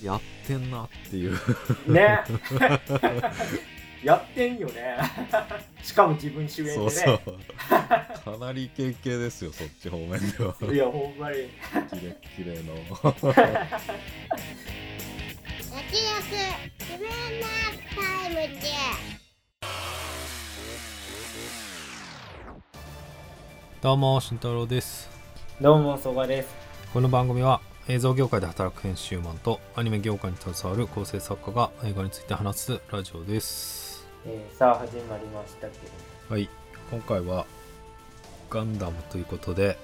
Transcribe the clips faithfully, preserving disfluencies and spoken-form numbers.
やってんなっていうねやってんよねしかも自分主演でね。 そうそうかなりイケイケですよ、そっち方面では。 いやほんまにキレッキレの焼き自分のタイムでどうも慎太郎です。 どうも曽我です。 この番組は映像業界で働く編集マンとアニメ業界に携わる構成作家が映画について話すラジオです。 えー、さあ始まりましたけど、 はい、今回はガンダムということで、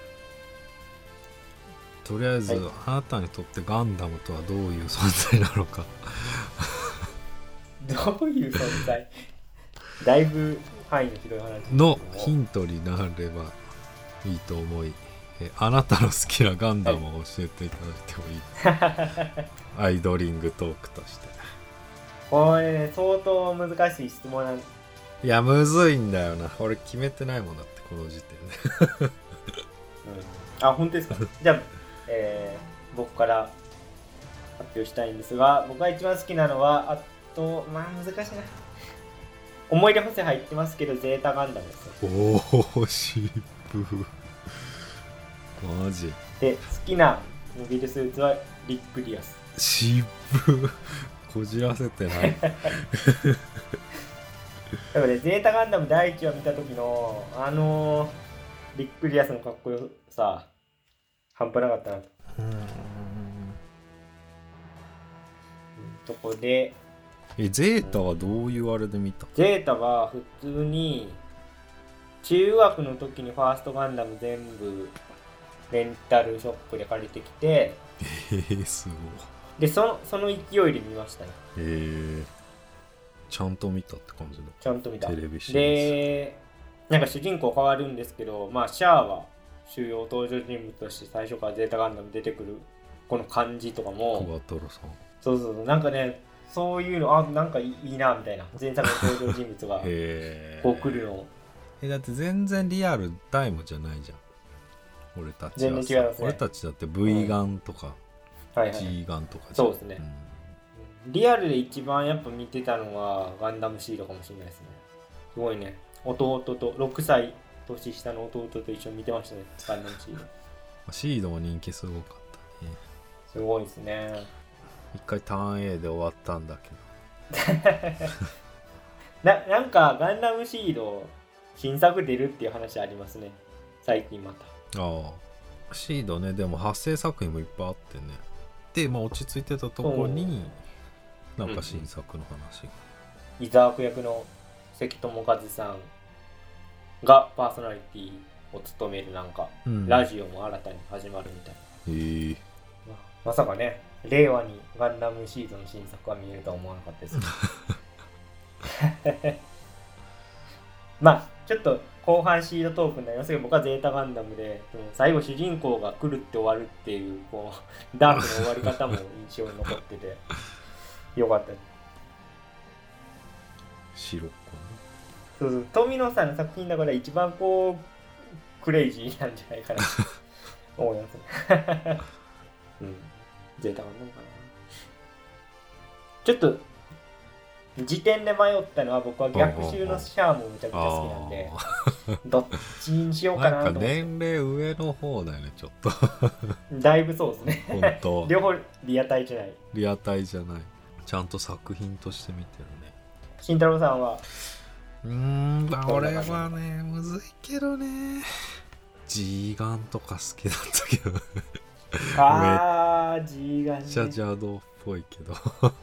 とりあえず、はい、あなたにとってガンダムとはどういう存在なのかどういう存在だいぶ範囲の広い話のヒントになればいいと思い、えあなたの好きなガンダムを教えていただいてもいいですか、はい、アイドリングトークとして。 これ、ね、相当難しい質問なん。 いやむずいんだよな、俺決めてないもんだってこの時点で、うん、 あ、本当ですかじゃあ、えー、僕から発表したいんですが、僕が一番好きなのは、あとまあ難しいな、思い出補正入ってますけどゼータガンダムです。 おお渋マジで、好きなモビルスーツはリック・ディアス。 渋こじらせてないだからね、ゼータガンダムだいいち話見た時のあのー、リック・ディアスのかっこよさ半端なかったなと。うーんとこで、 えゼータはどういうあれで見た？ ゼータは普通に中学の時にファーストガンダム全部レンタルショップで借りてきて、 えー、すごい。 でそのその勢いで見ましたね。 えー、ちゃんと見たって感じだ。 ちゃんと見た。 テレビシリーズで、なんか主人公変わるんですけど、まあシャアは主要登場人物として最初からゼータガンダム出てくるこの感じとかも、 クワトロさん、 そうそうそう、なんかね、そういうの、あ、なんかいいなみたいな、前作の登場人物がこう来るのえだって全然リアルタイムじゃないじゃん俺たちは。 全然違いますね。 俺たちだって V ガンとか、うん、はいはい、G ガンとかじゃん。 そうですね、うん、リアルで一番やっぱ見てたのはガンダムシードかもしれないですね。すごいね、弟とろくさい年下の弟と一緒に見てましたね、ガンダムシード。 シードも人気すごかったね。 すごいですね。 一回ターン A で終わったんだけどな, なんかガンダムシード新作出るっていう話ありますね、最近また。 ああシードね、でも派生作品もいっぱいあってね。でまあ落ち着いてたとこになんか新作の話が、 うん、伊沢悪役の関智一さんがパーソナリティを務めるなんか、うん、ラジオも新たに始まるみたいな。 へえ、 まあ、まさかね令和にガンダムシードの新作が見えるとは思わなかったですまあちょっと後半シードトークになりますけど、僕はゼータガンダムで最後主人公が来るって終わるっていう、こうダークの終わり方も印象に残っててよかったです。 白っそうそう、富野さんの作品だから一番こうクレイジーなんじゃないかなと思いますねうん、ゼータガンダムかな。ちょっと時点で迷ったのは、僕は逆襲のシャアもめちゃくちゃ好きなんでどっちにしようかなと思って。 なんか年齢上の方だよねちょっとだいぶそうですね本当両方リアタイじゃないリアタイじゃない、ちゃんと作品として見てるね。 慎太郎さんは？ うーん、俺はねむずいけどね G ガンとか好きだったけどあー G ガンね、めっちゃ邪道っぽいけど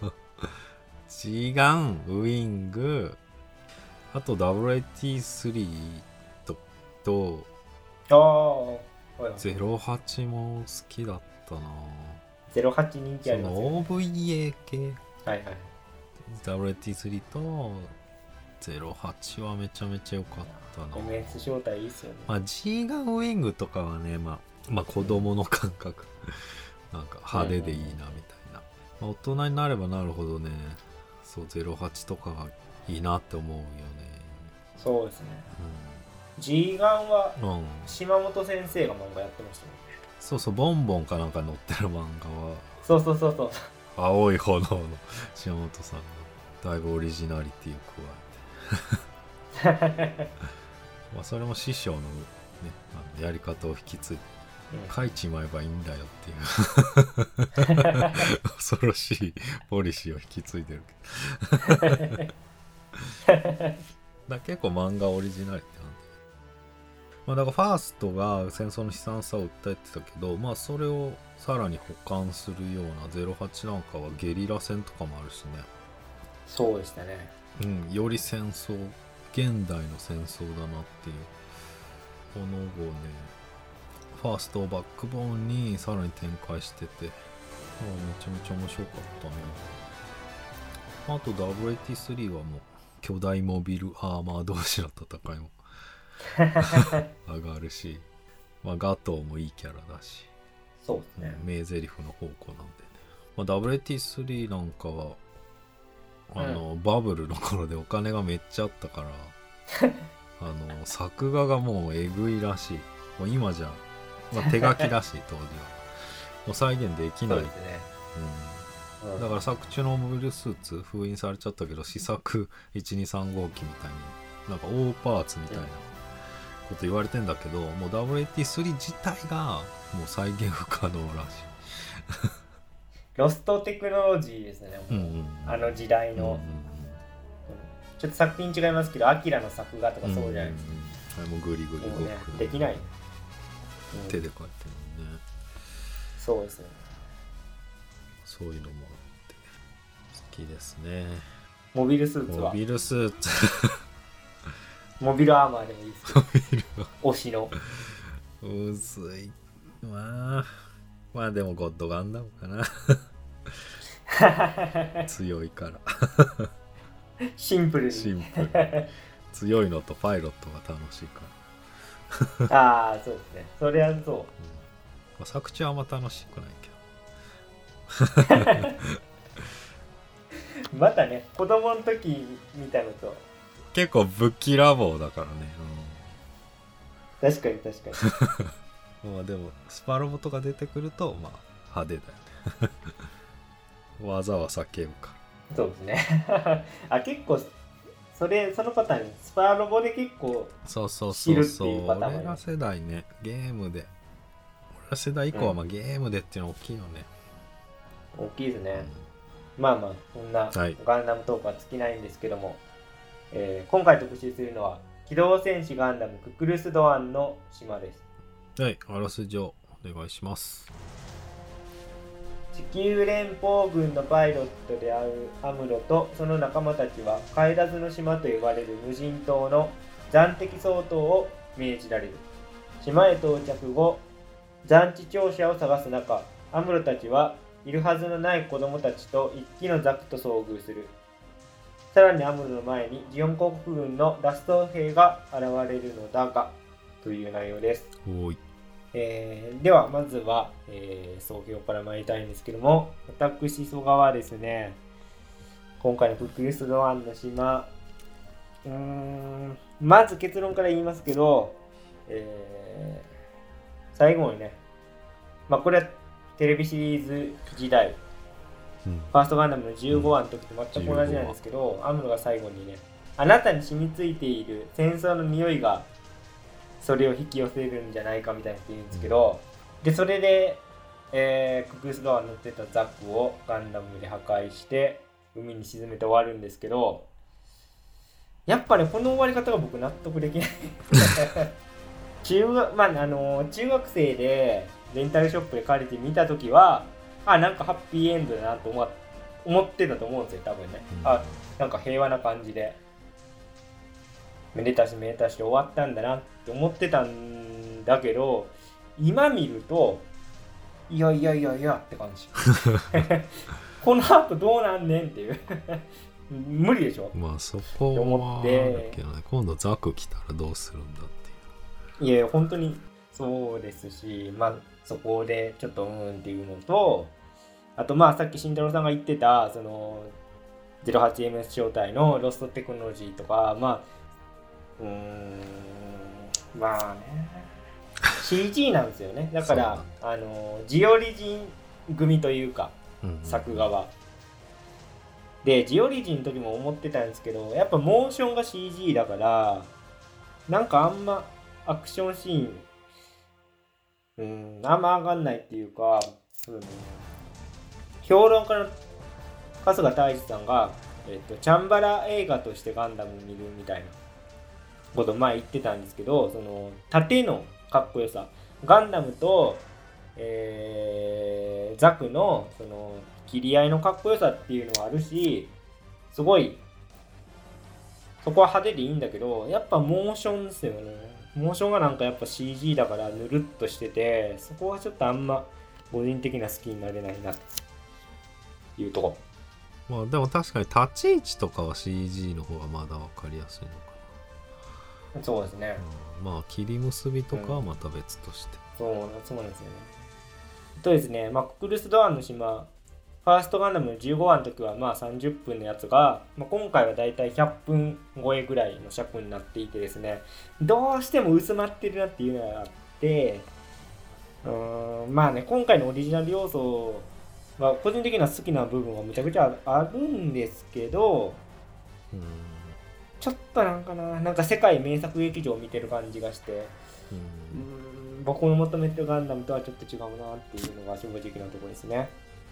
G ガン、ウィング、あと ダブリューエイティースリー と, とあ、はいはい、 ゼロはちも好きだったな。 ゼロはち人気ありますよね。 その オーブイエー 系、 はいはい、 ダブリューエイティースリー とゼロはちはめちゃめちゃ良かったな。 エムエス 招待いいっすよね。 まあ G ガン、ウィングとかはね、まあ、まあ子供の感覚なんか派手でいいなみたいな、まあ、大人になればなるほどね、そうゼロはちとかがいいなって思うよね。 そうですね、うん、G ガンは島本先生が漫画やってましたもんね、 うん、そうそう、ボンボンかなんか載ってる漫画はそうそうそうそう青い炎の島本さんがだいぶオリジナリティを加えてまあそれも師匠の、ね、あのやり方を引き継いで書いちまえばいいんだよっていう恐ろしいポリシーを引き継いでるけどだ結構漫画オリジナリティなんで、まあ、だからファーストが戦争の悲惨さを訴えてたけど、まあそれをさらに補完するようなゼロはちなんかはゲリラ戦とかもあるしね。 そうでしたね。 うん、より戦争、現代の戦争だなっていう。この後ね、ファーストをバックボーンにさらに展開してて、あめちゃめちゃ面白かったね。あと ダブリューエイティースリー はもう巨大モビルアーマー同士の戦いも上がるし、まあ、ガトーもいいキャラだし、 そうですね、 名台詞の方向なんでね、まあ、ダブリューエイティースリー なんかはあの、うん、バブルの頃でお金がめっちゃあったからあの作画がもうえぐいらしい。もう今じゃ、まあ、手書きらしい当時はもう再現できない。そうですね、うんうん、だから作中のモビルスーツ封印されちゃったけど、試作いちにさん号機みたいになんか大パーツみたいなこと言われてんだけど、もう ダブリューエイティースリー 自体がもう再現不可能らしいロストテクノロジーですね、もう、うんうん、あの時代の、うんうんうん、ちょっと作品違いますけど、アキラの作画とかそうじゃないですか、 うんうん、あれもグリグリ動く、ね、 できない、 うん、手で描いてるもんね。 そうですね、 そういうのもあって好きですね。 モビルスーツはモビルスーツモビルアーマーでもいいですよ。推しのむずい。まあまあでもゴッドガンダムかな強いからシンプルにシンプル強いのとパイロットが楽しいからああそうですね、それはそう、うん、まあ、作中はあんま楽しくないけどまたね、子供の時見たのと結構ぶっきらぼうだからね、 うん、確かに確かにまあでもスパロボとか出てくるとまあ派手だよね技は避けるか。 そうですねあ、結構それそのパターンスパロボで結構そうそうそうそう、俺ら世代ね、ゲームで俺ら世代以降はまあゲームでっていうの大きいよね、 うん、大きいですね、うん、まあまあそんなガンダムトークは尽きないんですけども、はい、えー、今回特集するのは機動戦士ガンダムククルス・ドアンの島です。 はい、あらすじをお願いします。 地球連邦軍のパイロットであるアムロとその仲間たちは帰らずの島と呼ばれる無人島の暫敵掃討を命じられる。島へ到着後、残地庁舎を探す中、アムロたちはいるはずのない子供たちと一機のザクと遭遇する。さらにアムロの前にジオン公国軍のラスト兵が現れるのだがという内容です。 おい、 えー、ではまずは、えー、総評から参りたいんですけども、私曽我はですね、今回のククルス・ドアンの島、うーんまず結論から言いますけど、えー、最後にね、まあこれはテレビシリーズ時代、うん、ファーストガンダムのじゅうごわの時と全く同じなんですけど、うん、アムロが最後にね、あなたに染みついている戦争の匂いがそれを引き寄せるんじゃないかみたいなこと言うんですけど、うん、でそれで、えー、ククルス・ドアン乗ってたザクをガンダムで破壊して海に沈めて終わるんですけど、やっぱねこの終わり方が僕納得できない中学、まああの中学生でレンタルショップで借りて見た時は、あなんかハッピーエンドだなと思思ってたと思うんですよ多分ね、うん、あなんか平和な感じでめでたしめでたしで終わったんだなって思ってたんだけど、今見るといやいやいやいやって感じこの後どうなんねんっていう無理でしょ。 まあそこはあるけどね、今度ザク来たらどうするんだっていう。 いや本当にそうですし、まあそこでちょっとうんっていうのと、あとまあさっき慎太郎さんが言ってたその ゼロはちエムエス 招待のロストテクノロジーとか、まあうーんまあね シージー なんですよね。だからあのジオリジン組というかうんうん、 作画は。でジオリジンの時も思ってたんですけど、やっぱモーションが シージー だからなんかあんまアクションシーンうんあんま上がんないっていうか、うん、評論家の春日太一さんが、えっと、チャンバラ映画としてガンダム見るみたいなこと前言ってたんですけど、その縦のかっこよさ、ガンダムと、えー、ザクのその切り合いのかっこよさっていうのはあるし、すごいそこは派手でいいんだけど、やっぱモーションですよね。モーションがなんかやっぱ シージー だからぬるっとしてて、そこはちょっとあんま個人的な好きになれないなっていうとこ。 まあでも確かに立ち位置とかは シージー の方がまだ分かりやすいのかな。 そうですね、 うん、まあ切り結びとかはまた別として、 うん、そうそうなんですよね。とですね、まあ、ククルス・ドアンの島ファーストガンダムじゅうごわの時はまあさんじゅっぷんのやつが、まあ、今回はだいたいひゃっぷん超えぐらいの尺になっていてですね、どうしても薄まってるなっていうのがあって、うーんまあね、今回のオリジナル要素は個人的には好きな部分はむちゃくちゃあるんですけど、 うん、 ちょっとなんかな、なんか世界名作劇場を見てる感じがして、 うんうーん僕の求めてるガンダムとはちょっと違うなっていうのが正直なところですね。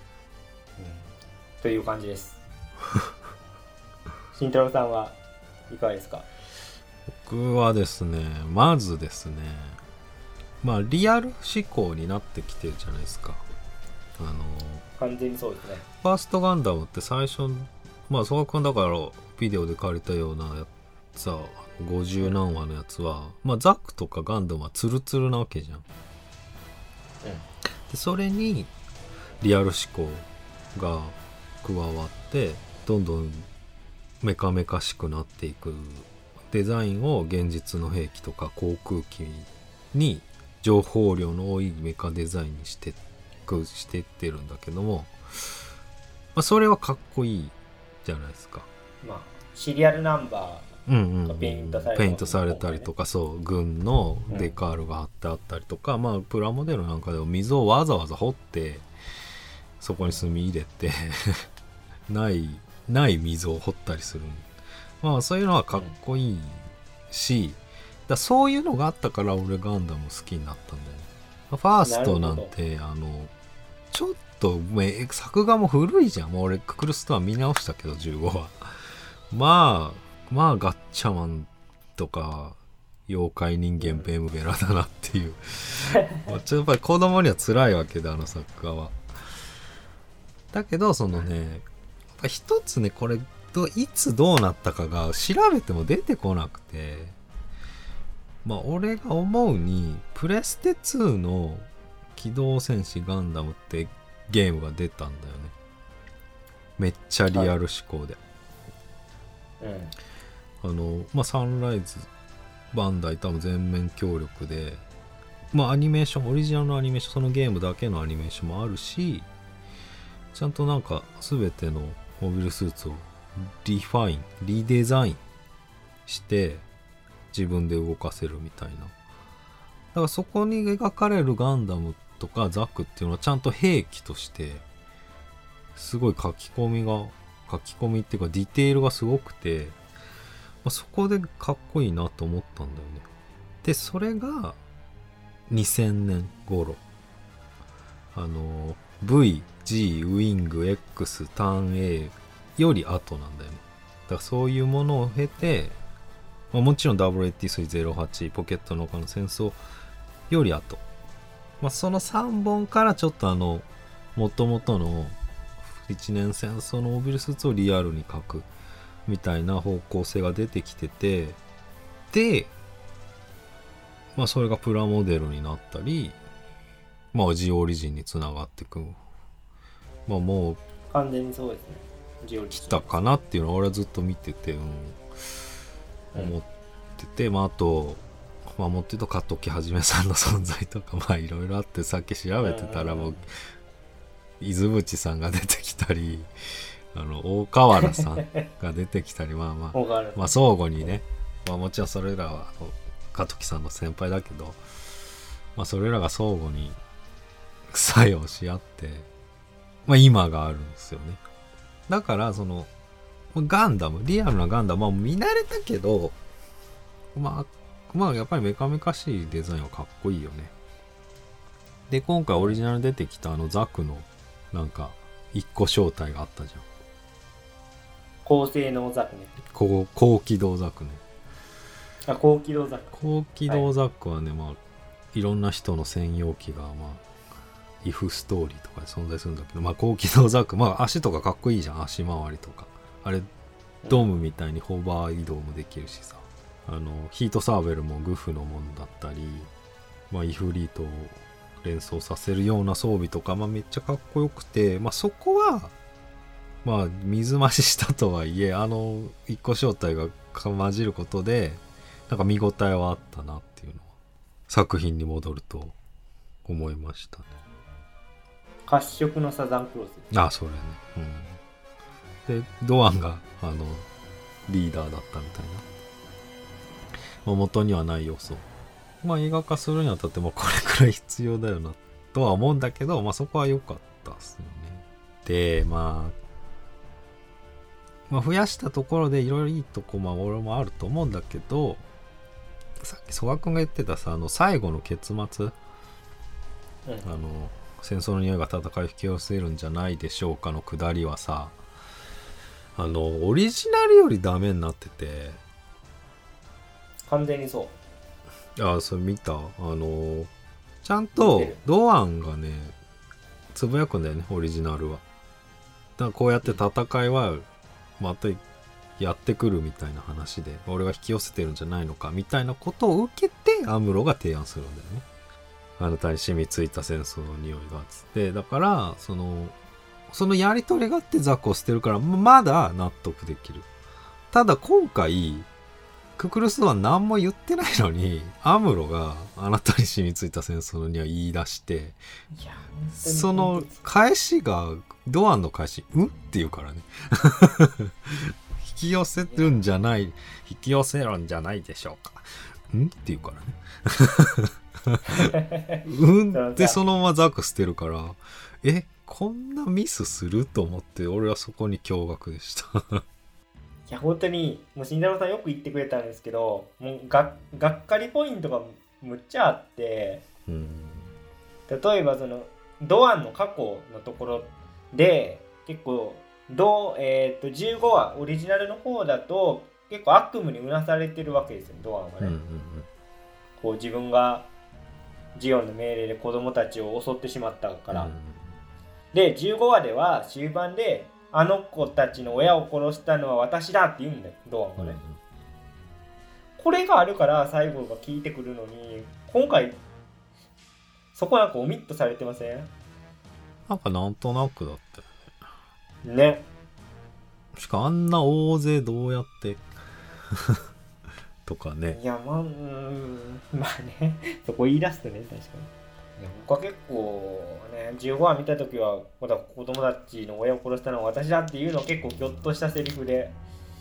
という感じです。慎太郎さんはいかがですか？ 僕はですね、まずですね、まあリアル思考になってきてるじゃないですか。あの完全にそうですね。 ファーストガンダムって最初、まあ曽我君だからビデオで借りたようなやつさ、ごじゅう何話のやつは、まあザクとかガンダムはツルツルなわけじゃん。うん、でそれにリアル思考が加わってどんどんメカメカしくなっていくデザインを現実の兵器とか航空機に情報量の多いメカデザインにしてくしてってるんだけども、まあ、それはかっこいいじゃないですか。 まあシリアルナンバうんうんうん、 ーがペイントされた、 ペイントされたりとか、そう軍のデカールが貼ってあったりとか、うん、まあプラモデルなんかでも溝をわざわざ掘ってそこに墨入れてないない溝を掘ったりする、まあそういうのはかっこいいし、だそういうのがあったから俺ガンダム好きになったんだよね。ファーストなんてあのちょっと作画も古いじゃん。もう俺ククルスとは見直したけどじゅうごわまあまあガッチャマンとか妖怪人間ベムベラだなっていうちょっとやっぱり子供には辛いわけだ、あの作画は。だけどそのね一つね、これどいつどうなったかが調べても出てこなくて、まあ俺が思うにプレステツーの機動戦士ガンダムってゲームが出たんだよね。めっちゃリアル思考で、 はい、うんあのまあサンライズバンダイ多分全面協力で、まあアニメーションオリジナルのアニメーション、そのゲームだけのアニメーションもあるし、ちゃんとなんか全てのモビルスーツをリファインリデザインして自分で動かせるみたいな。だからそこに描かれるガンダムとかザクっていうのはちゃんと兵器としてすごい書き込みが書き込みっていうかディテールがすごくて、まあ、そこでかっこいいなと思ったんだよね。でそれがにせんねん頃、あの V、G、ウィング、X、ターン A より後なんだよね。だからそういうものを経て、まあ、もちろん ダブリューエイティースリーゼロはち ポケットの丘の戦争より後、まあ、そのさんぼんからちょっとあの元々のいちねん戦争のモビルスーツをリアルに描くみたいな方向性が出てきてて、でまあそれがプラモデルになったり、まあジオリジンにつながっていく、まあもう完全にそうですね、ジオリジン来たかなっていうのは俺はずっと見てて、うん、思ってて、まああとまあもっと言うと加藤木はじめさんの存在とかまあいろいろあって、さっき調べてたらもう伊豆淵さんが出てきたり、あの大河原さんが出てきたりまあまあまあ相互にね、まあもちろんそれらは加藤木さんの先輩だけど、まあそれらが相互に作用し合ってまあ、今があるんですよね。だからそのガンダムリアルなガンダムは見慣れたけど、まあまあやっぱりメカメカしいデザインはかっこいいよね。で今回オリジナル出てきたあのザクのなんか一個正体があったじゃん。 高性能ザクね。 高高機動ザクね。 あ、高機動ザク。 高機動ザクはね、はい、まあいろんな人の専用機がまあイフストーリーとかで存在するんだけど、まあ高機動ザク、まあ足とかかっこいいじゃん。足回りとかあれドームみたいにホバー移動もできるしさ、あのヒートサーベルもグフのものだったり、まあイフリートを連想させるような装備とか、まあめっちゃかっこよくて、まあそこはまあ水増ししたとはいえ、あの一個正体が混じることでなんか見応えはあったなっていうのは作品に戻ると思いましたね。 褐色のサザンクロス。 あ、それね。うん。でドアンがあのリーダーだったみたいな、まあ、元にはない要素、まあ映画化するにあたってもこれくらい必要だよなとは思うんだけど、まあそこは良かったですよね。でまあまあ、増やしたところでいろいろいいとこまあ俺もあると思うんだけど、さっき曽我君が言ってたさ、あの最後の結末、うん、あの戦争の匂いが戦いを引き寄せるんじゃないでしょうかのくだりはさ、あのオリジナルよりダメになってて。 完全にそう。 ああ、それ見た。あのちゃんとドアンがねつぶやくんだよね、オリジナルは。だからこうやって戦いはまたやってくるみたいな話で、俺が引き寄せてるんじゃないのかみたいなことを受けてアムロが提案するんだよね。あなたに染みついた戦争の匂いがつって。だからそのそのやり取りがあってザクを捨てるからまだ納得できる。ただ今回ククルスは何も言ってないのにアムロがあなたに染みついた戦争の匂い言い出して、 いやその返しがドアンの返しうんって言うからね引き寄せるんじゃない引き寄せるんじゃないでしょうかんって言うからねうんってそのままザク捨てるから、えこんなミスすると思って、俺はそこに驚愕でしたいや本当にもう慎太郎さんよく言ってくれたんですけど、もう が, がっかりポイントがむっちゃあって、うん、例えばそのドアンの過去のところで結構どう、えー、とじゅうごわオリジナルの方だと結構悪夢にうなされてるわけですよ、ドアンはね、うんうんうん、こう自分がジオンの命令で子供たちを襲ってしまったから、うん、でじゅうごわでは終盤であの子たちの親を殺したのは私だって言うんだよ、ドアンがね、うんうん、これがあるから最後が効いてくるのに、今回そこなんかオミットされてません？ なんかなんとなくだったよね。ね。 しかもあんな大勢どうやってとかね。 いやまあ、うーんまあね、そこ言い出すとね、確かに。いや僕は結構ね、じゅうごわ見たときはまだ子供たちの親を殺したのは私だっていうのを結構ギョッとしたセリフで、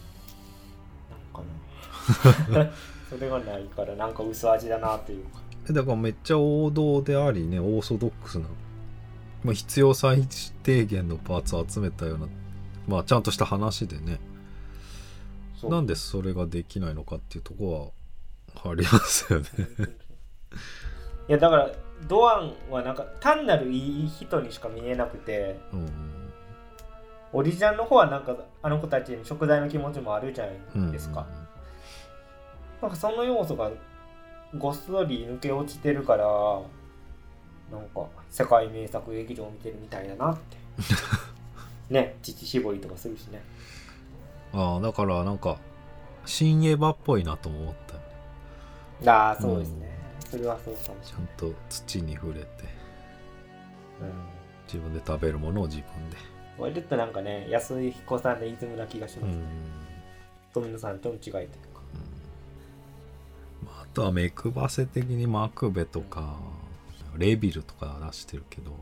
なんかねそれがないからなんか薄味だなというか。 だからめっちゃ王道でありね、オーソドックスな、まあ、必要最低限のパーツを集めたような、まあちゃんとした話でね、なんでそれができないのかっていうところはありますよねいやだからドアンはなんか単なるいい人にしか見えなくて、うん、オリジナルの方はなんかあの子たちに食材の気持ちもあるじゃないですか、うん、なんかその要素がごっそり抜け落ちてるから、なんか世界名作劇場を見てるみたいだなってね、父絞りとかするしね。 ああ、だからなんか新エヴァっぽいなと思った。 ああ、そうですね、うん、それはそうかもしれない。 ちゃんと土に触れて、 うん、 自分で食べるものを自分で。 割となんかね、安井彦さんでイズムな気がしますね、 うん、 富野さんとの違いというか、 うん、あとは目配せ的にマクベとか、うん、レビルとか出してるけど、うん、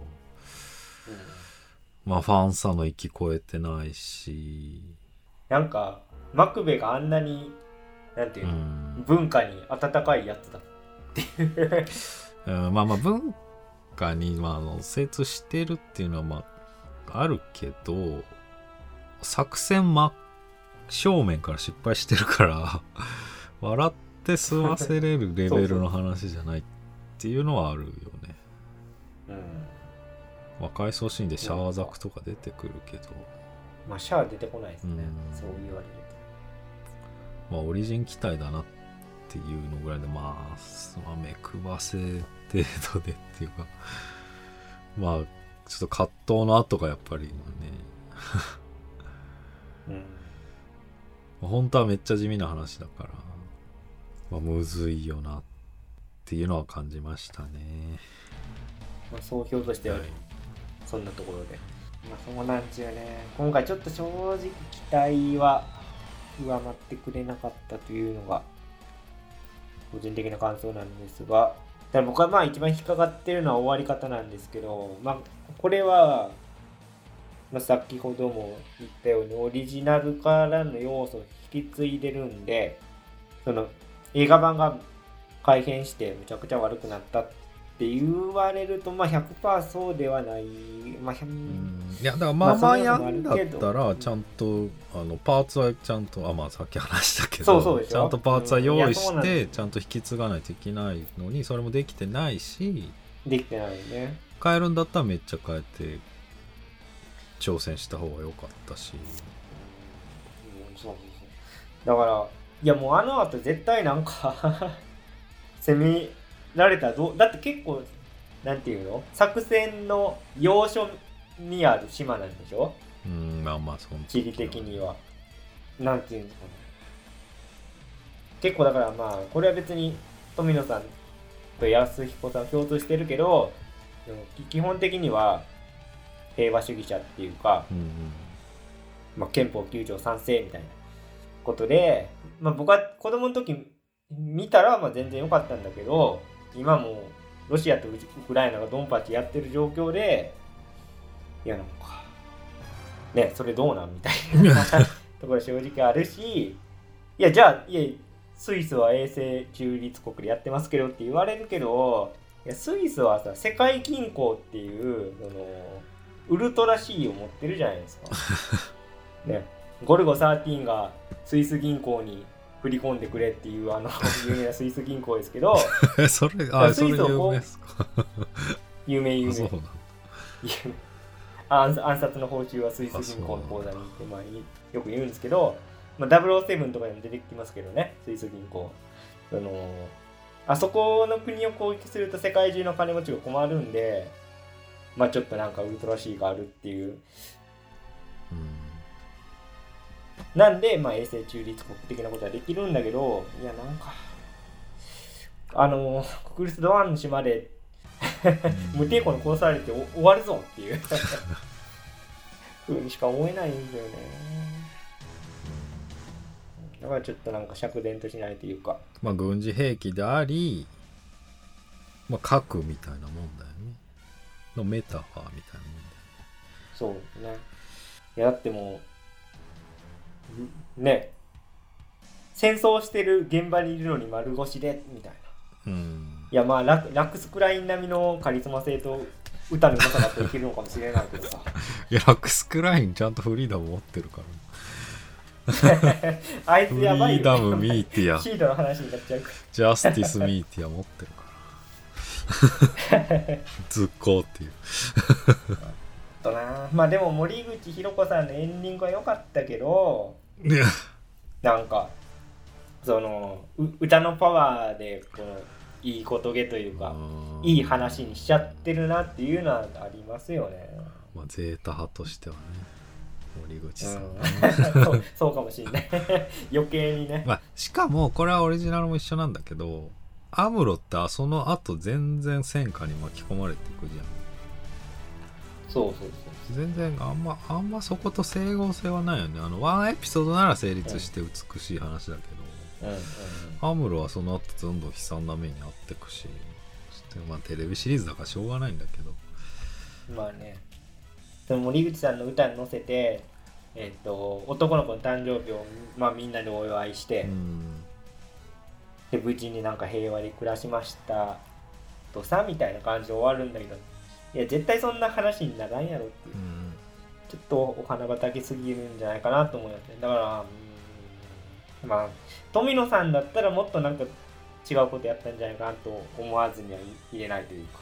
まあファンサの域超えてないし、 なんかマクベがあんなになんていうの、うん、文化に温かいやつだっていう、 うん、まあまあ文化にまあ精通してるっていうのはまああるけど作戦真正面から失敗してるから笑って済ませれるレベルの話じゃないっていうのはあるよね。 うん。 まあ回想シーンでシャワーザクとか出てくるけど、 まあシャワー出てこないですね。 うんそう言われるまあオリジン期待だなっていうのぐらいで、まあ、まあ目くばせ程度でっていうかまあちょっと葛藤の後がやっぱりねと。うん。 本当はめっちゃ地味な話だから、まあ、むずいよなっていうのは感じましたね。 まあ総評としてはそんなところで。まあそうなんですよね。今回ちょっと正直期待は上回ってくれなかったというのが個人的な感想なんですが、ただ僕はまあ一番引っかかってるのは終わり方なんですけど、まあこれは、まあ、先ほども言ったようにオリジナルからの要素を引き継いでるんで、その映画版が改変してめちゃくちゃ悪くなったって言われると、まあ ひゃくパーセント そうではない。まあ、 うんいやだからまあまあやんだったらちゃんんとあのパーツはちゃんとあまあさっき話したけどそうそうでしょちゃんとパーツは用意うんいやそうなんしでてちゃんと引き継がないといけないのにそれもできてないし、 できてないよね。 変えるんだったらめっちゃ変えて挑戦した方が良かったし、 うんそうそうそうだからいやもうあの後絶対なんか攻められたらどうだって結構なんていうの作戦の要所にある島なんでしょ。 うんまあまあその地理的にはなんていうんですかね。結構だからまあこれは別に富野さんと安彦さん共通してるけどでも基本的には平和主義者っていうか、 うんうんまあ、憲法きゅう条賛成みたいなことで、まあ、僕は子供の時見たらまあ全然良かったんだけど今もロシアとウクライナがドンパチやってる状況でいやなんかねそれどうなんみたいなところ正直あるしいやじゃあいやスイスは永世中立国でやってますけどって言われるけどいやスイスはさ世界銀行っていうそのウルトラ C を持ってるじゃないですかねゴルゴじゅうさんがスイス銀行に振り込んでくれっていうあの有名なスイス銀行ですけどそれあそれ有名ですか有名有名そうなんだ暗, 暗殺の報酬はスイス銀行の口座にってまあよく言うんですけど、まあ、ダブルオーセブンとかにも出てきますけどねスイス銀行そのあそこの国を攻撃すると世界中の金持ちが困るんでまあちょっとなんかウルトラ C があるっていう、 うん、 なんでまあ永世中立国的なことはできるんだけどいやなんかあのククルス・ドアンの島で無抵抗に殺されて終わるぞっていうふうにしか思えないんですよね。だからちょっとなんか釈然としないというかまあ軍事兵器でありまあ核みたいなもんだよねのメタファーみたいなもんだよね。 そうですね。いやだってもうね戦争してる現場にいるのに丸腰でみたいな、うん、いやまあラク、ラクスクライン並みのカリスマ性と歌の良さだといけるのかもしれないけどさいやラクスクラインちゃんとフリーダム持ってるからあいつやばいよ、ね、 フリーダムミーティアシードの話になっちゃうジャスティスミーティア持ってるからずっこうっていうとなまあでも森口博子さんのエンディングは良かったけどなんかその歌のパワーでこのいいことげというかいい話にしちゃってるなっていうのはありますよね。 まあゼータ派としてはね森口さん、 うん、そう、そうかもしれない余計にね、 まあ、しかもこれはオリジナルも一緒なんだけどアムロってその後全然戦火に巻き込まれていくじゃん。 そうそうそう全然あんまあんまそこと整合性はないよね。あのワンエピソードなら成立して美しい話だけど、うんうんうん、アムロはその後どんどん悲惨な目に遭ってくし、まあテレビシリーズだからしょうがないんだけど、 まあねその森口さんの歌に乗せて、えー、と男の子の誕生日を、まあ、みんなでお祝いして、うん、で無事になんか平和に暮らしましたとさみたいな感じで終わるんだけどいや絶対そんな話にならんやろっていう、 ちょっとお花畑すぎるんじゃないかなと思いますね。だから、うん、まあ富野さんだったらもっとなんか違うことやったんじゃないかなと思わずには入れないというか。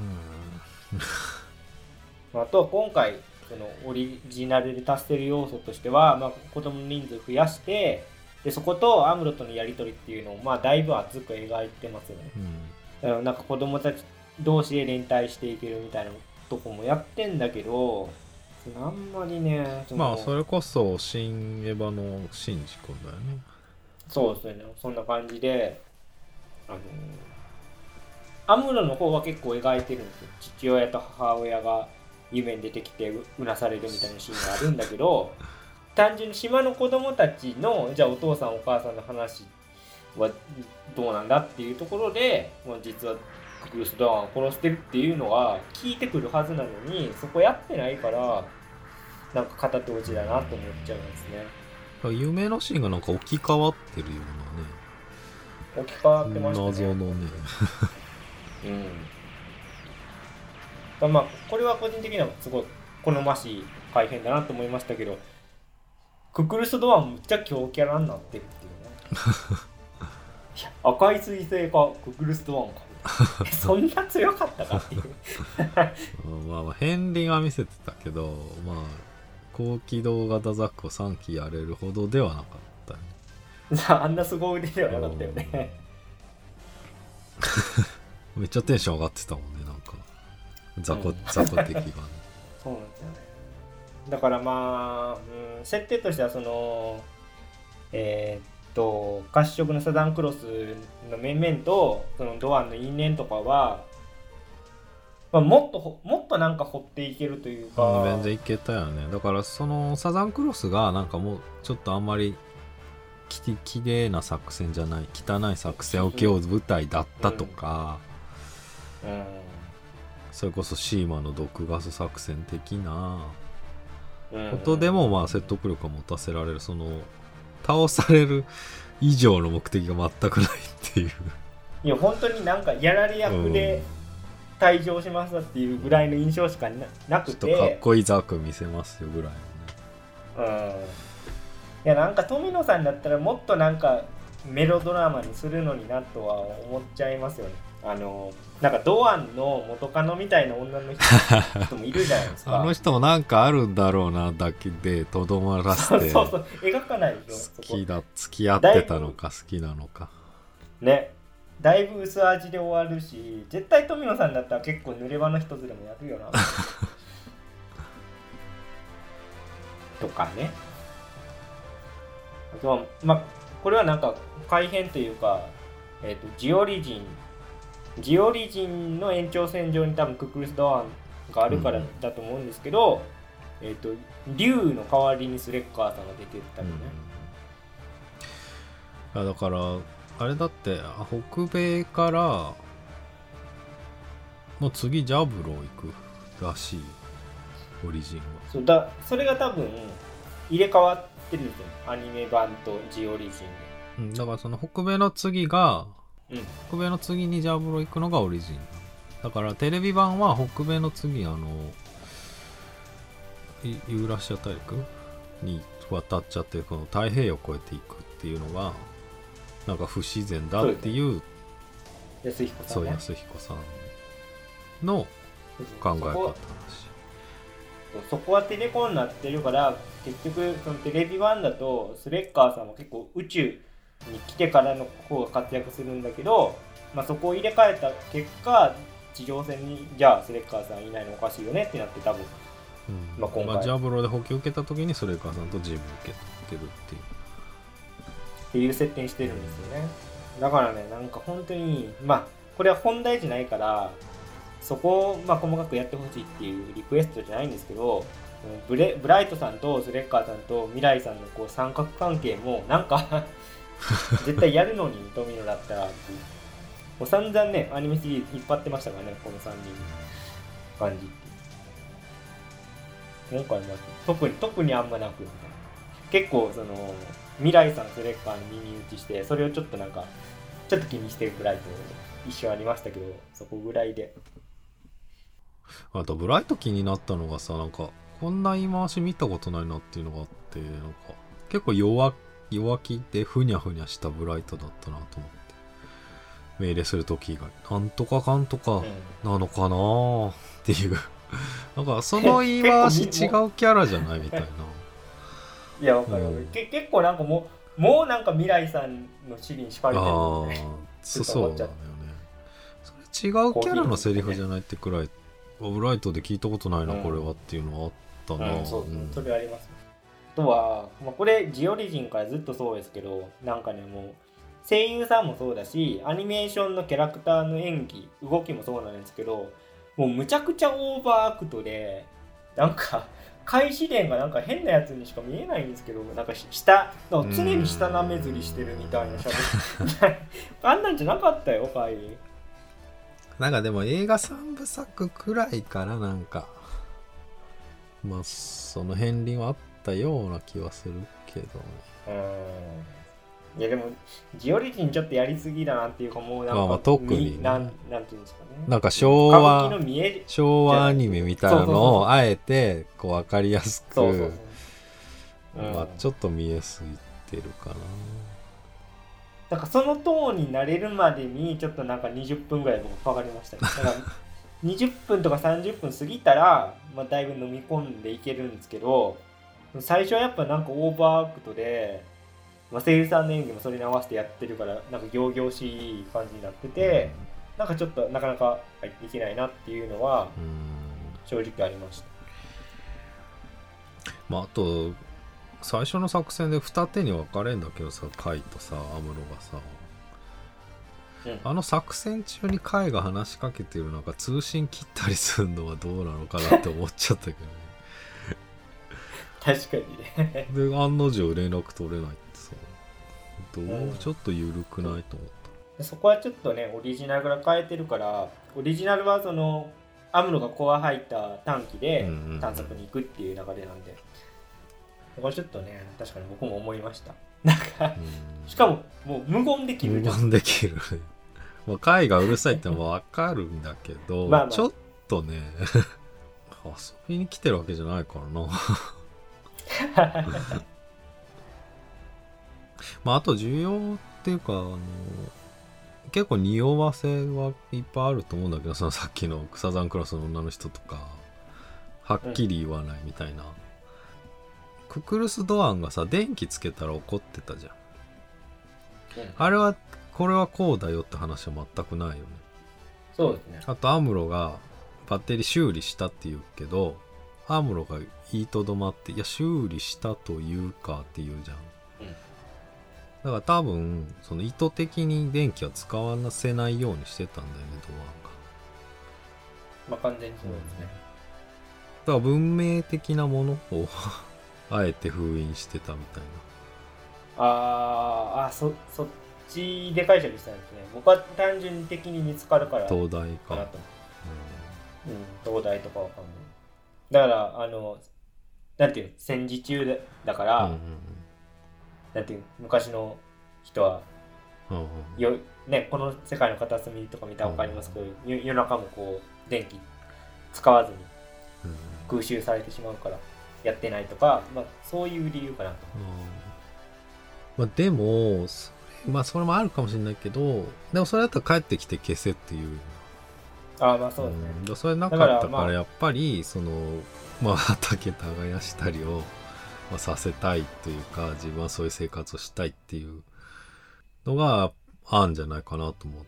うん。あとは今回そのオリジナルで足せる要素としては、まあ、子供の人数増やしてでそことアムロとのやり取りっていうのをまあだいぶ熱く描いてますよね。うん、だからなんか子供たち同士で連帯していけるみたいなとこもやってんだけど、あんまりね、 そまあそれこそ新エヴァのシンジ君だよね。 そうですね、そんな感じで、あのアムロの方は結構描いてるんですよ。父親と母親が夢に出てきて う, うなされるみたいなシーンがあるんだけど単純に島の子供たちのじゃあお父さんお母さんの話はどうなんだっていうところで、もう実はククルス・ドアンを殺してるっていうのは聞いてくるはずなのにそこやってないからなんか片手落ちだなと思っちゃうんですね。 夢のシーンがなんか置き換わってるようなね、置き換わってましたね、 謎のねうん、まあこれは個人的にはすごい好ましい改編だなと思いましたけど、ククルス・ドアンむっちゃ強キャラになってるっていうねいや赤い彗星かククルス・ドアンかそんな強かったかっていうまあまあ片鱗は見せてたけど、まあ高機動型ザックをさんきやれるほどではなかったよねあんな凄腕ではなかったよねめっちゃテンション上がってたもんね、なんか雑魚、うん、雑魚的がねそうなんですよね。だからまあ、うん、設定としてはそのえー、っと褐色のサザンクロスの面々とそのドアンの因縁とかは、まあ、もっともっとなんか掘っていけるというか、 うん、全然いけたよね。だからそのサザンクロスがなんかもうちょっとあんまりききれいな作戦じゃない汚い作戦を請け負う舞台だったとか、うんうん、それこそシーマの毒ガス作戦的なことでもまあ説得力を持たせられる、その倒される以上の目的が全くないっていう。 いや本当になんかやられ役で退場しましたっていうぐらいの印象しか な, なくて、 ちょっとかっこいいザク見せますよぐらいのね。うん。いやなんか富野さんだったらもっとなんかメロドラマにするのになとは思っちゃいますよね。あのなんかドアンの元カノみたいな女の 人, 人もいるじゃないですかあの人もなんかあるんだろうなだけでとどまらせてそうそう描かないでしょ。 好きだ付き合ってたのか好きなのかね、だいぶ薄味で終わるし、絶対富野さんだったら結構濡れ場の一つでもやるよなとかね。あとはまあこれはなんか改編というか、えーと、ジオリジンジオリジンの延長線上に多分ククルス・ドアンがあるからだと思うんですけど、うん、えーと竜の代わりにスレッカーさんが出てたりね、 うん、だからあれだって北米からもう次ジャブロー行くらしいオリジンは。 そうだ、それが多分入れ替わってるんですよ、アニメ版とジオリジンで、 うん、だからその北米の次がうん、 北米の次にジャブロ行くのがオリジンだからテレビ版は北米の次あのユーラシア大陸に渡っちゃってこの太平洋を越えていくっていうのがなんか不自然だっていう、 安彦さん、ね、 そう安彦さんの考え方だし、 そこはテレコになってるから結局そのテレビ版だとスレッカーさんも結構宇宙に来てからの方が活躍するんだけど、まあ、そこを入れ替えた結果地上戦にじゃあスレッカーさんいないのおかしいよねってなって多分、 うんまあ、今回、まあ、ジャブロで補給受けた時にスレッカーさんとジム受けてるっていうっていう設定にしてるんですよね。だからねなんか本当にまあこれは本題じゃないからそこをまあ細かくやってほしいっていうリクエストじゃないんですけど、ブレブライトさんとスレッカーさんと未来さんのこう三角関係もなんか絶対やるのに富野だったらっていう、もう散々ねアニメシリーズ引っ張ってましたからねこのさんにんの感じって今回も特に特にあんまなく結構その未来さんスレッカーに耳打ちしてそれをちょっとなんかちょっと気にしてるブライト一瞬ありましたけどそこぐらいで。 あとブライト気になったのがさなんかこんな言い回し見たことないなっていうのがあって、なんか結構弱弱気でふにゃふにゃしたブライトだったなと思って、命令する時以外なんとかかんとかなのかなーっていうなんかその言い回し違うキャラじゃないみたいな。 いやわかる、うん、け結構なんかもうもうなんか未来さんの尻に敷かれてるみたいな。 そそうだよね。それ違うキャラのセリフじゃないってくらい、ブライトで聞いたことないな、うん、これはっていうのはあったな、 うん、そうそう、うん、それあります。あとは、まあ、これジオリジンからずっとそうですけど、なんかねもう声優さんもそうだしアニメーションのキャラクターの演技動きもそうなんですけど、もうむちゃくちゃオーバーアクトで、なんか開始伝がなんか変なやつにしか見えないんですけど、なんか下常に下なめずりしてるみたいなしゃべりあんなんじゃなかったよ回。 なんかでも映画さんぶさくくらいからなんかまあその片鱗はあったような気はするけどね。 うーん、いやでもジオリジンちょっとやりすぎだなっていうか、もうなんか、 まあまあ特に、ね、 なんなんていうんですかね、 なんか昭和昭和アニメみたいなのをあえてこう分かりやすく、そうそうそう、うん、まあちょっと見えすぎてるかな。 なんかそのトーンになれるまでにちょっとなんかにじゅっぷんぐらい僕かかりましたね。だからにじゅっぷんとかさんじゅっぷん過ぎたら、まあ、だいぶ飲み込んでいけるんですけど、最初はやっぱなんかオーバーアクトで、まあ、声優さんの演技もそれに合わせてやってるからなんか仰々しい感じになってて、うん、なんかちょっとなかなか入っていけないなっていうのは正直ありました。 まああと最初の作戦で二手に分かれんだけどさ、カイとさアムロがさ、うん、あの作戦中にカイが話しかけてるなんか通信切ったりするのはどうなのかなって思っちゃったけどね確かにねで案の定連絡取れないってさ、どう、うん、ちょっと緩くないと思った。 そこはちょっとねオリジナルから変えてるから、オリジナルはそのアムロがコア入った短期で探索に行くっていう流れなんで、これちょっとね確かに僕も思いました。なんかしかももう無言できる無言できるまあ貝がうるさいってのも分かるんだけどまあ、まあ、ちょっとね遊びに来てるわけじゃないからなまああと重要っていうか、あの結構匂わせはいっぱいあると思うんだけど、そのさっきのサザンクラスの女の人とかはっきり言わないみたいな、うん、ククルス・ドアンがさ電気つけたら怒ってたじゃん、うん、あれはこれはこうだよって話は全くないよね。 そうですね。 あとアムロがバッテリー修理したって言うけど、アムロが言いとどまって、いや修理したというかって言うじゃん、うん、だから多分その意図的に電気は使わせないようにしてたんだよね、ドアンが。 まあ完全にそうですね、うん、 だから文明的なものをあえて封印してたみたいな。ああ、そそっちで解釈したんですね。僕は単純的に見つかるから東大かなと、うん、うん、東大とかわかんない。だからあのなんていう戦時中でだから、うんうんうん、なんていう昔の人は、うんうん、よね、この世界の片隅とか見たら分かりますけど、うんうん、夜中もこう電気使わずに空襲されてしまうからやってないとか、まあ、そういう理由かなと、 うん、まあ、でもそれ、まあ、それもあるかもしれないけど、でもそれだったら帰ってきて消せっていう。 ああ、まあそうですね、 うん、それなかったからやっぱりそのまあ畑耕したりを、まあ、させたいというか、自分はそういう生活をしたいっていうのがあるんじゃないかなと思った。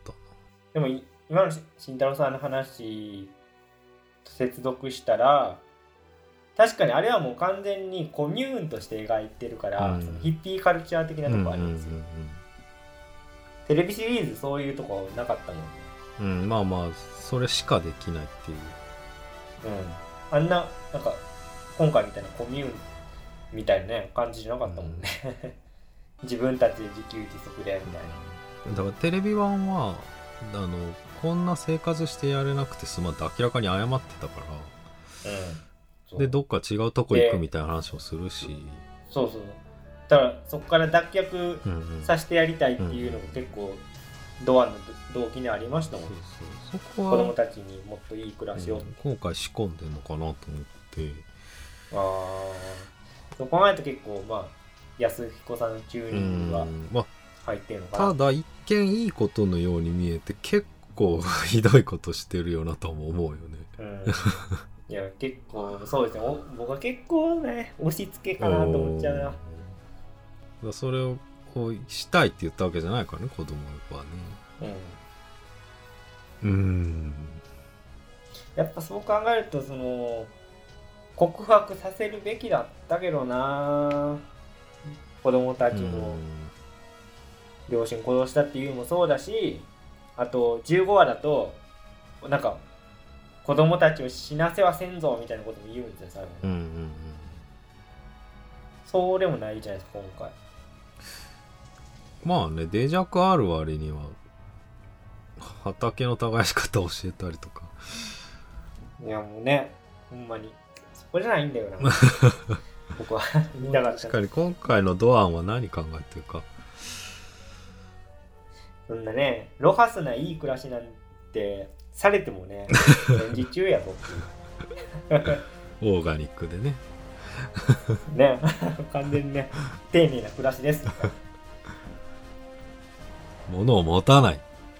でも今の慎太郎さんの話と接続したら、確かにあれはもう完全にコミューンとして描いてるから、うん、そのヒッピーカルチャー的なとこあるんですよ、うんうんうんうん、テレビシリーズそういうとこなかったもん。 うん、まあまあそれしかできないっていう、 うん、あんななんか今回みたいなコミューンみたいな、ね、感じじゃなかったもんね、うん、自分たちで自給自足でみたいな。 だからテレビ版はあのこんな生活してやれなくてすまんって明らかに謝ってたから、うん、でどっか違うとこ行くみたいな話をするし、 そうそう、だからそこから脱却させてやりたいっていうのが結構ドアの動機にありましたもん。そうそう、そこは子供たちにもっといい暮らしを、うん、 今回仕込んでんのかなと思って、 ああ、そう考えると結構まあ安彦さんのチューニングがうんまあ入ってるのかな。 ただ一見いいことのように見えて結構ひどいことしてるよなとも思うよね。 うんいや結構そうですね、お僕は結構ね押し付けかなと思っちゃうな。 だからそれをこうしたいって言ったわけじゃないからね、子供はね。 うん、 うんやっぱそう考えるとその告白させるべきだったけどな、子供たちの両親殺したっていうのもそうだし、あとじゅうごわだとなんか子供たちを死なせはせんぞみたいなことも言うんですよ最後に。 うんうんうんそうでもないじゃないですか今回。 まあね、デジャクある割には畑の耕し方教えたりとか。 いやもうね、ほんまにそこじゃないんだよな僕は見たかった。 確かに今回のドアンは何考えてるか。 そんなね、ロハスないい暮らしなんてされてもね、戦時中や僕オーガニックでね。 ね、完全にね、丁寧な暮らしです物を持たない。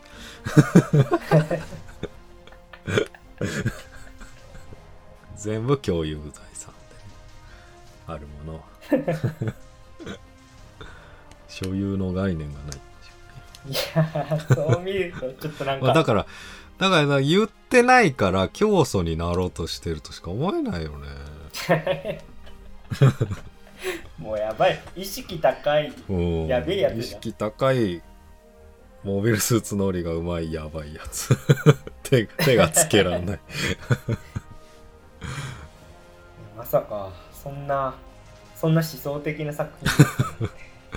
全部共有財産で、ね、あるもの所有の概念がない。 いやそう見るとちょっとなんか、 まあ、だからだから言ってないから教祖になろうとしてるとしか思えないよね。 もうやばい、意識高いやべえやつだ。 意識高いモビルスーツ乗りがうまいやばいやつ手, 手がつけらんないまさかそんなそんな思想的な作品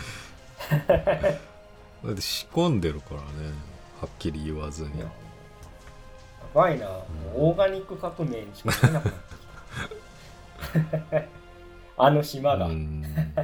だって仕込んでるからね、はっきり言わずに。 やばいな、もうオーガニック革命にしか見えなくなってきたあの島が、 うん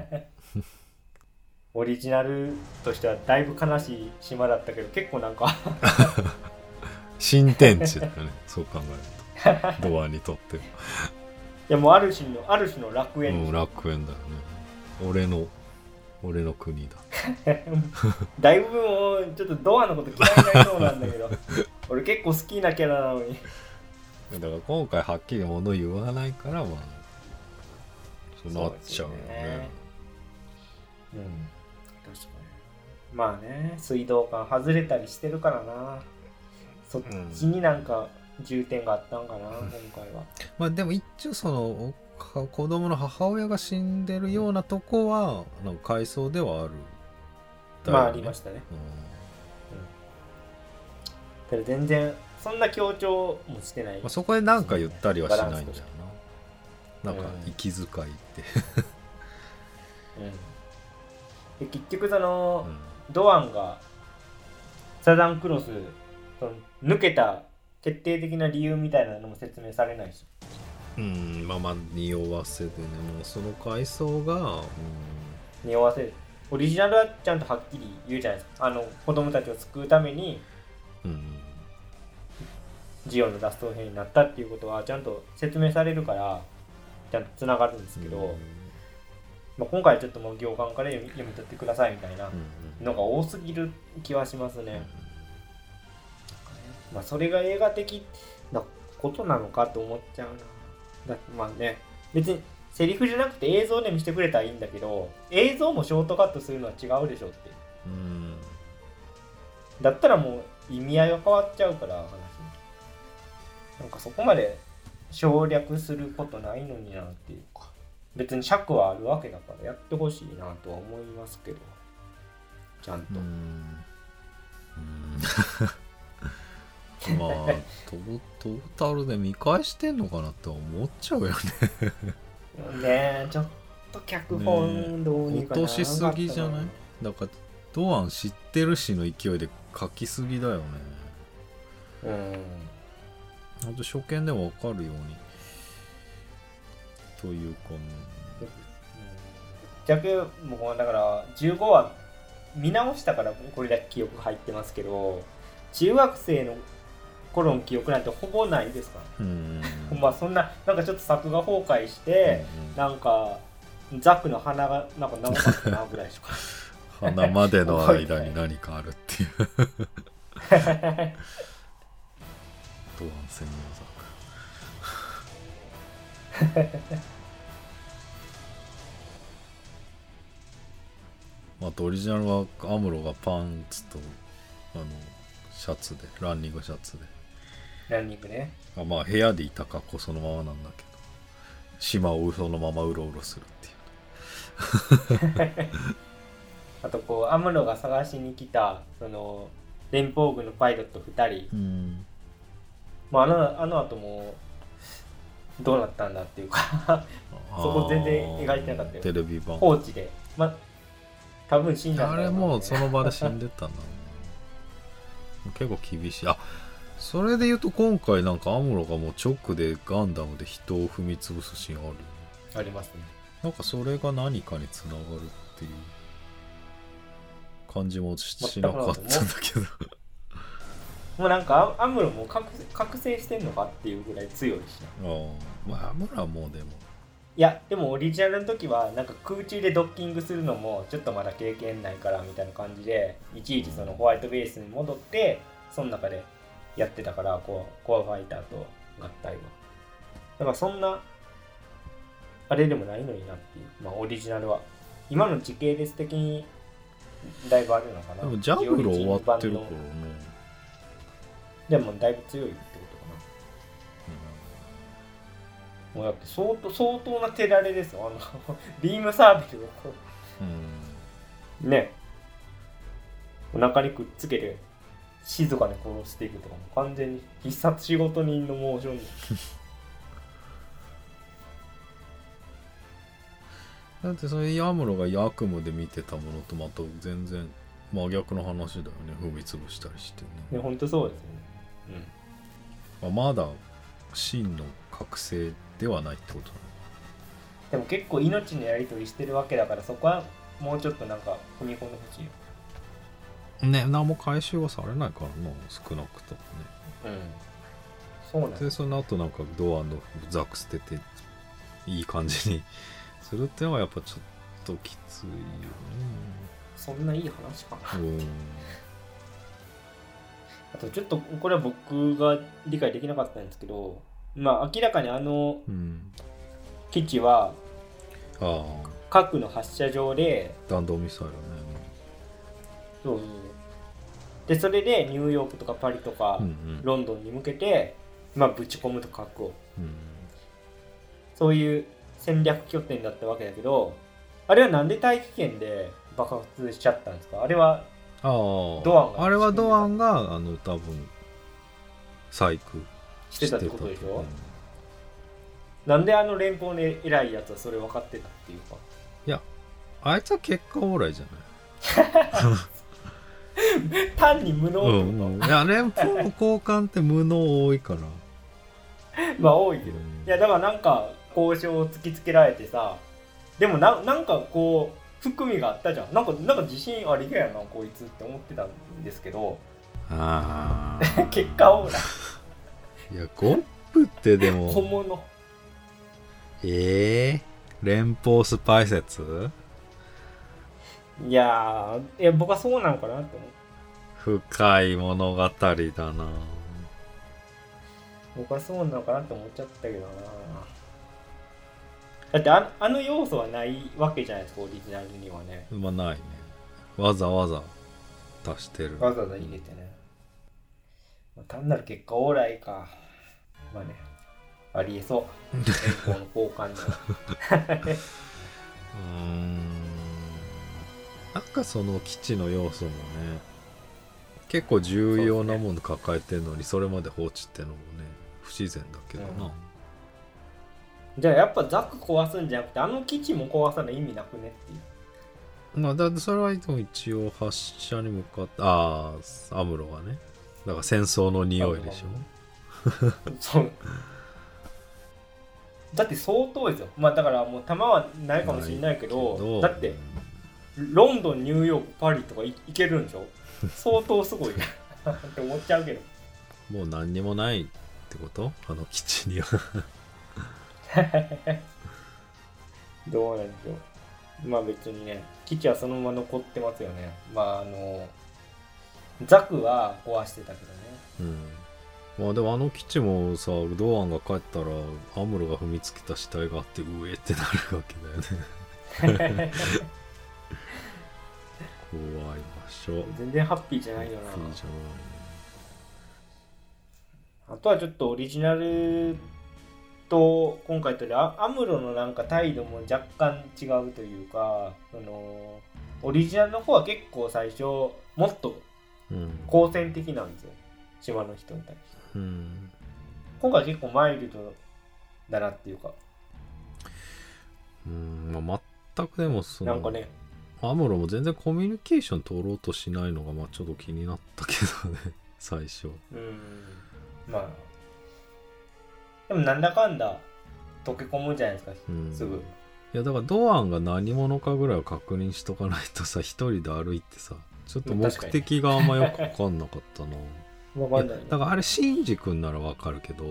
オリジナルとしてはだいぶ悲しい島だったけど結構なんか新天地だよねそう考えるとドアにとっては。 いやもうある種のある種の楽園、 うん、楽園だよね。俺の俺の国だ。 だいぶもうちょっとドアのこと嫌いになりそうなんだけど俺結構好きなキャラなのに。 だから今回はっきり物言わないからまあそうなっちゃうよね。 うん、確かに。まあね、水道管外れたりしてるからな。そっちになんか重点があったんかな、うん、今回は。 まあでも一応その子供の母親が死んでるようなとこはなんか回想ではある、 ね。まあありましたね。うんうん、けど全然そんな強調もしてない。 まあ、そこで何か言ったりはしないんだよな。なんか息遣いって、 うん、で結局その、うん、ドアンがサザンクロスその抜けた決定的な理由みたいなのも説明されないし。 うん、まあまあ匂わせでね、もうその階層が、うん、 匂わせる。オリジナルはちゃんとはっきり言うじゃないですか。あの子供たちを救うために、うん、ジオの脱走兵になったっていうことはちゃんと説明されるからちゃんとつながるんですけど、うんまあ、今回ちょっともう行間から読み、読み取ってくださいみたいなのが多すぎる気はしますね。うんまあ、それが映画的なことなのかと思っちゃうな。だってまあね、別にセリフじゃなくて映像で見せてくれたらいいんだけど、映像もショートカットするのは違うでしょって。うんだったらもう意味合いが変わっちゃうから話。なんかそこまで省略することないのになっていうか、別に尺はあるわけだからやってほしいなとは思いますけど、ちゃんと。うんうんまあトー、トータルで見返してんのかなって思っちゃうよねねえ、ちょっと脚本どうにかならなかったな。落としすぎじゃない？ だからドアン知ってるしの勢いで書きすぎだよね。うんあと初見でも分かるようにというかもう逆僕はだからじゅうごわ見直したからこれだけ記憶入ってますけど、中学生の頃の記憶なんてほぼないですから、 うんほんまそんななんかちょっと作画崩壊して、 うんうん、 なんかザクの鼻がなんか長かったなぐらいしか鼻までの間に何かあるっていうドアン専用ザクあとオリジナルはアムロがパンツとあのシャツでランニングシャツでランニングね、 あまあ部屋でいた格好そのままなんだけど島をそのままうろうろするっていうあとこうアムロが探しに来たその連邦軍のパイロットふたり、うん、まあ、あのあの後もどうなったんだっていうかそこ全然描いてなかったよ。 テレビ版放置で、まあ多分死んだんだろうな、ね、 あれもうその場で死んでたんだ結構厳しい。あ、それで言うと今回なんかアムロがもう直でガンダムで人を踏み潰すシーンあるよね。 ありますね。 なんかそれが何かにつながるっていう感じも し, しなかったんだけどもうなんかアムロも覚覚醒してんのかっていうぐらい強いしな。 ああ、まあアムロはもうでもいやでもオリジナルの時はなんか空中でドッキングするのもちょっとまだ経験ないからみたいな感じでいちいちそのホワイトベースに戻ってその中でやってたからコア、コアファイターと合体はだからそんなあれでもないのになっていう、まあオリジナルは今の時系列的にだいぶあるのかな。 でもジャブロ終わってる頃ね。 でもだいぶ強いってことかな。もうだって相当相当な手られですよ。あのビームサービスをこう、うん、ねお腹にくっつけて静かに殺していくとかも完全に必殺仕事人のモーションだってそれアムロが悪夢で見てたものとまた全然真逆の話だよね。踏み潰したりしてね。 いや本当そうですよね。 うん。まあ、まだ真の覚醒ではないってことだね。 でも結構命のやり取りしてるわけだからそこはもうちょっとなんか踏み込んでほしいよね。何も回収はされないからな、少なくともね。 うんそうなんです。 でその後なんかドアのザク捨てていい感じにするってのはやっぱちょっときついよね。 そんないい話かな。 うんあとちょっとこれは僕が理解できなかったんですけど、まあ明らかにあの基地は核の発射場で弾道ミサイルね。 そうそうでそれでニューヨークとかパリとかロンドンに向けて、まあ、ぶち込むと核を、うん、そういう戦略拠点だったわけだけど、あれはなんで大気圏で爆発しちゃったんですか？あれはあドアンがあれはドアンがあの多分細工してたってことでしょ、うん、なんであの連邦の偉いやつはそれ分かってたっていうか。 いやあいつは結果オーライじゃない単に無能ってこと、 うんうん、いや連邦の交換って無能多いからまあ多いけど、うん、いやだからなんか交渉を突きつけられてさ、でも な, なんかこう含みがあったじゃん。なんかなんか自信ありげやなこいつって思ってたんですけど、 あ結果オーライ。いやゴップってでも小物。 えー、連邦スパイ説。 いやー、いや僕はそうなのかなって思う。 深い物語だな。 僕はそうなのかなって思っちゃったけどな。だって あ, あの要素はないわけじゃないですかオリジナルにはね。 まあないね。わざわざ足してる。 わざわざ入れてね。まあ、単なる結果オーライか。まあね、ありえそう。連邦の交換で。 うーん。なんかその基地の要素もね、結構重要なもの抱えてるのにそれまで放置ってのもね不自然だけどな、うん、 じゃあやっぱザク壊すんじゃなくてあの基地も壊さない意味なくねっていう。 まあだってそれは一応発射に向かってああアムロがねだから戦争の匂いでしょそうだって相当ですよ。まあだからもう弾はないかもしれないけど、けどだってロンドン、ニューヨーク、パリとか行けるんでしょ。相当すごいって思っちゃうけど。 もう何にもないってこと？あの基地にはどうなんでしょう。まあ別にね、基地はそのまま残ってますよね。まああのザクは壊してたけどね。 うん。まあでもあの基地もさ、ドアンが帰ったらアムロが踏みつけた死体があってうえってなるわけだよね怖い場所。 全然ハッピーじゃないよな。 ハッピーじゃない。 あとはちょっとオリジナルと今回とでアアムロのなんか態度も若干違うというか、そのオリジナルの方は結構最初もっと好戦的なんですよ、島の人に対して、 うん、 今回結構マイルドだなっていうか、 うん、まあ、全くでもそのなんかね、 アムロも全然コミュニケーション取ろうとしないのがまあちょっと気になったけどね最初。 うんまあでもなんだかんだ溶け込むじゃないですか、うん、すぐ。 いやだからドアンが何者かぐらいは確認しとかないとさ、一人で歩いてさ、ちょっと目的があんまよく分かんなかったな分かんないね。 だからあれシンジ君なら分かるけど、うん、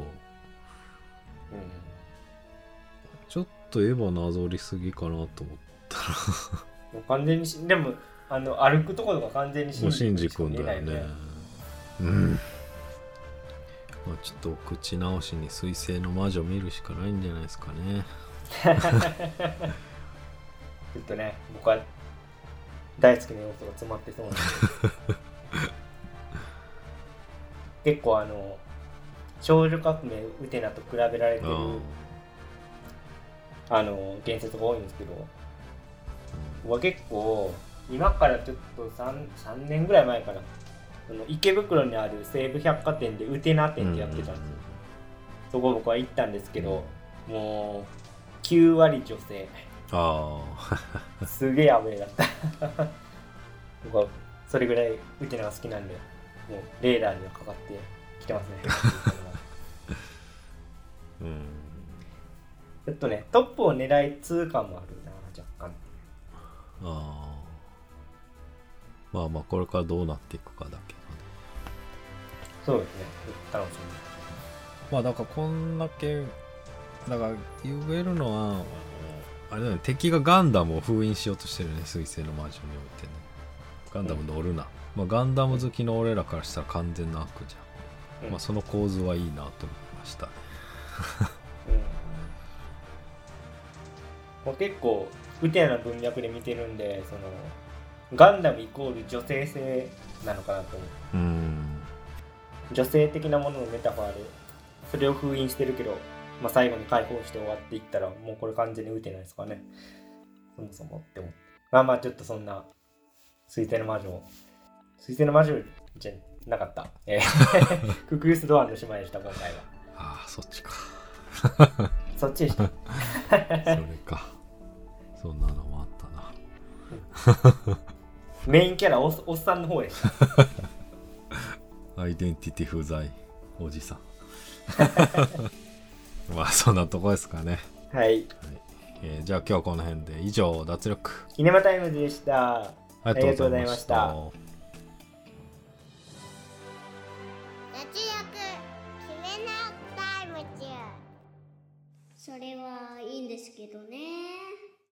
ちょっとエヴァなぞりすぎかなと思ったら完全にでもあの歩くところが完全にシンジ君だよね。うんまあ、ちょっと口直しに水星の魔女見るしかないんじゃないですかねちょっとね、僕は大好きな要素が詰まってそうなんで結構あの少女革命ウテナと比べられてるあの言説が多いんですけど、僕は結構今からちょっと 3, さんねんぐらい前かな、池袋にある西武百貨店でウテナ店ってやってたんですよ、うんうん、そこ僕は行ったんですけど、もうきゅうわり女性。 あすげえアウェーだった僕はそれぐらいウテナが好きなんで、もうレーダーにはかかってきてますねうん、 ちょっとねトップを狙い通感もあるな若干。 ああまあまあこれからどうなっていくかだけどね。 そうですね、楽しみ。 まあだからこんだけだから言えるのはあれだね、敵がガンダムを封印しようとしてるね、水星の魔女においてね。ガンダム乗るな、うん、まあガンダム好きの俺らからしたら完全な悪じゃん、うん、まあその構図はいいなと思いましたねうん、もう結構ウテナの文脈で見てるんで、そのガンダムイコール女性性なのかなと思う。うん、女性的なもののメタファーでそれを封印してるけど、まあ、最後に解放して終わっていったらもうこれ完全に打てないですかね、そもそもって思って。まあまあちょっとそんな水星の魔女水星の魔女じゃなかった、えー、ククルスドアンの姉妹でした今回は。 ああそっちかそっちでしたそれか、そんなのもあったなメインキャラ お, おっさんの方でしたアイデンティティ不在おじさんまあそんなとこですかね。 はい、はい、 えー、じゃあ今日はこの辺で以上脱力キネマタイムズでした。ありがとうございました。 脱力キネマタイムズ、それはいいんですけどね。